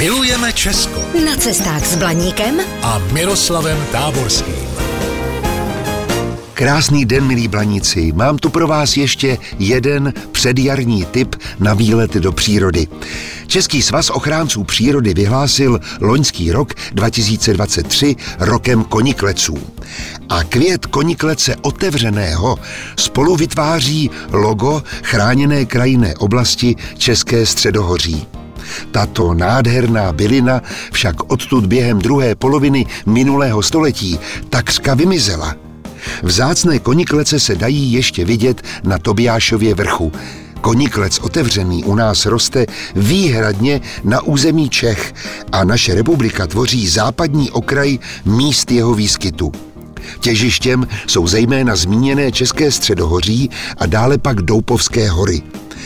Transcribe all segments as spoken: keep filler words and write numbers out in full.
Milujeme Česko. Na cestách s Blaníkem a Miroslavem Táborským. Krásný den, milí Blaníci. Mám tu pro vás ještě jeden předjarní tip na výlety do přírody. Český svaz ochránců přírody vyhlásil loňský rok dva tisíce dvacet tři rokem konikleců. A květ koniklece otevřeného spolu vytváří logo chráněné krajinné oblasti České středohoří. Tato nádherná bylina však odtud během druhé poloviny minulého století takřka vymizela. Vzácné koniklece se dají ještě vidět na Tobiášově vrchu. Koniklec otevřený u nás roste výhradně na území Čech a naše republika tvoří západní okraj míst jeho výskytu. Těžištěm jsou zejména zmíněné České středohoří a dále pak Doupovské hory.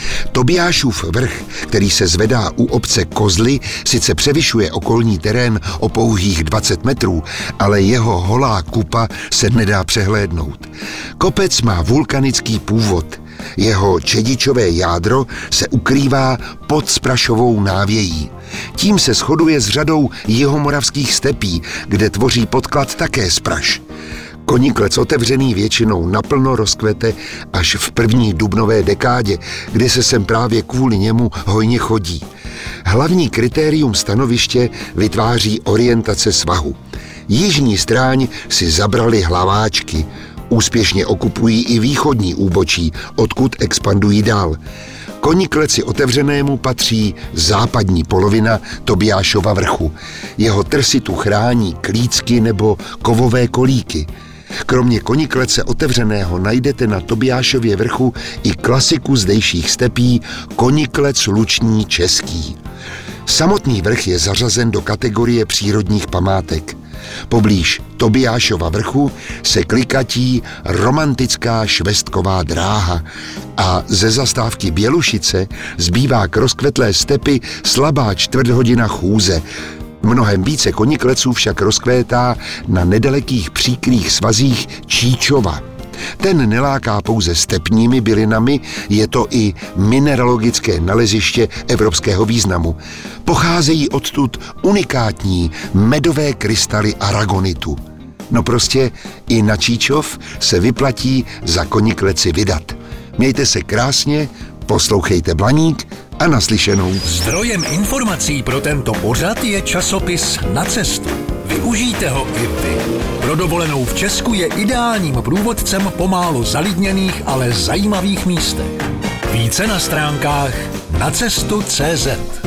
Tobiášův vrch, který se zvedá u obce Kozly, sice převyšuje okolní terén o pouhých dvacet metrů, ale jeho holá kupa se nedá přehlédnout. Kopec má vulkanický původ. Jeho čedičové jádro se ukrývá pod Sprašovou návějí. Tím se shoduje s řadou jihomoravských stepí, kde tvoří podklad také Spraš. Koniklec otevřený většinou naplno rozkvete až v první dubnové dekádě, kde se sem právě kvůli němu hojně chodí. Hlavní kritérium stanoviště vytváří orientace svahu. Jižní stráň si zabrali hlaváčky. Úspěšně okupují i východní úbočí, odkud expandují dál. Konikleci otevřenému patří západní polovina Tobiášova vrchu. Jeho trsitu chrání klícky nebo kovové kolíky. Kromě koniklece otevřeného najdete na Tobiášově vrchu i klasiku zdejších stepí koniklec luční český. Samotný vrch je zařazen do kategorie přírodních památek. Poblíž Tobiášova vrchu se klikatí romantická švestková dráha a ze zastávky Bělušice zbývá k rozkvetlé stepy slabá čtvrthodina chůze. Mnohem více konikleců však rozkvétá na nedalekých příkrých svazích Číčova. Ten neláká pouze stepními bylinami, je to i mineralogické naleziště evropského významu. Pocházejí odtud unikátní medové krystaly aragonitu. No prostě i na Číčov se vyplatí za konikleci vydat. Mějte se krásně, poslouchejte Blaník a naslyšenou. Zdrojem informací pro tento pořad je časopis Na cestu. Využijte ho i vy. Pro dovolenou v Česku je ideálním průvodcem po málo zalidněných, ale zajímavých místech. Více na stránkách nacestu tečka cé zet.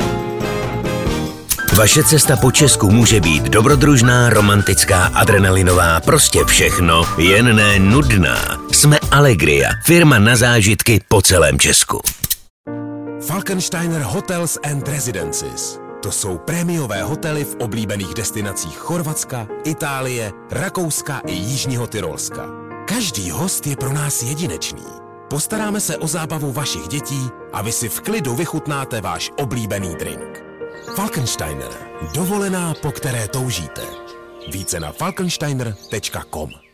Vaše cesta po Česku může být dobrodružná, romantická, adrenalinová, prostě všechno, jen ne nudná. Jsme Allegria, firma na zážitky po celém Česku. Falkensteiner Hotels and Residences. To jsou prémiové hotely v oblíbených destinacích Chorvatska, Itálie, Rakouska i Jižního Tyrolska. Každý host je pro nás jedinečný. Postaráme se o zábavu vašich dětí a vy si v klidu vychutnáte váš oblíbený drink. Falkensteiner. Dovolená, po které toužíte. Více na falkensteiner tečka com.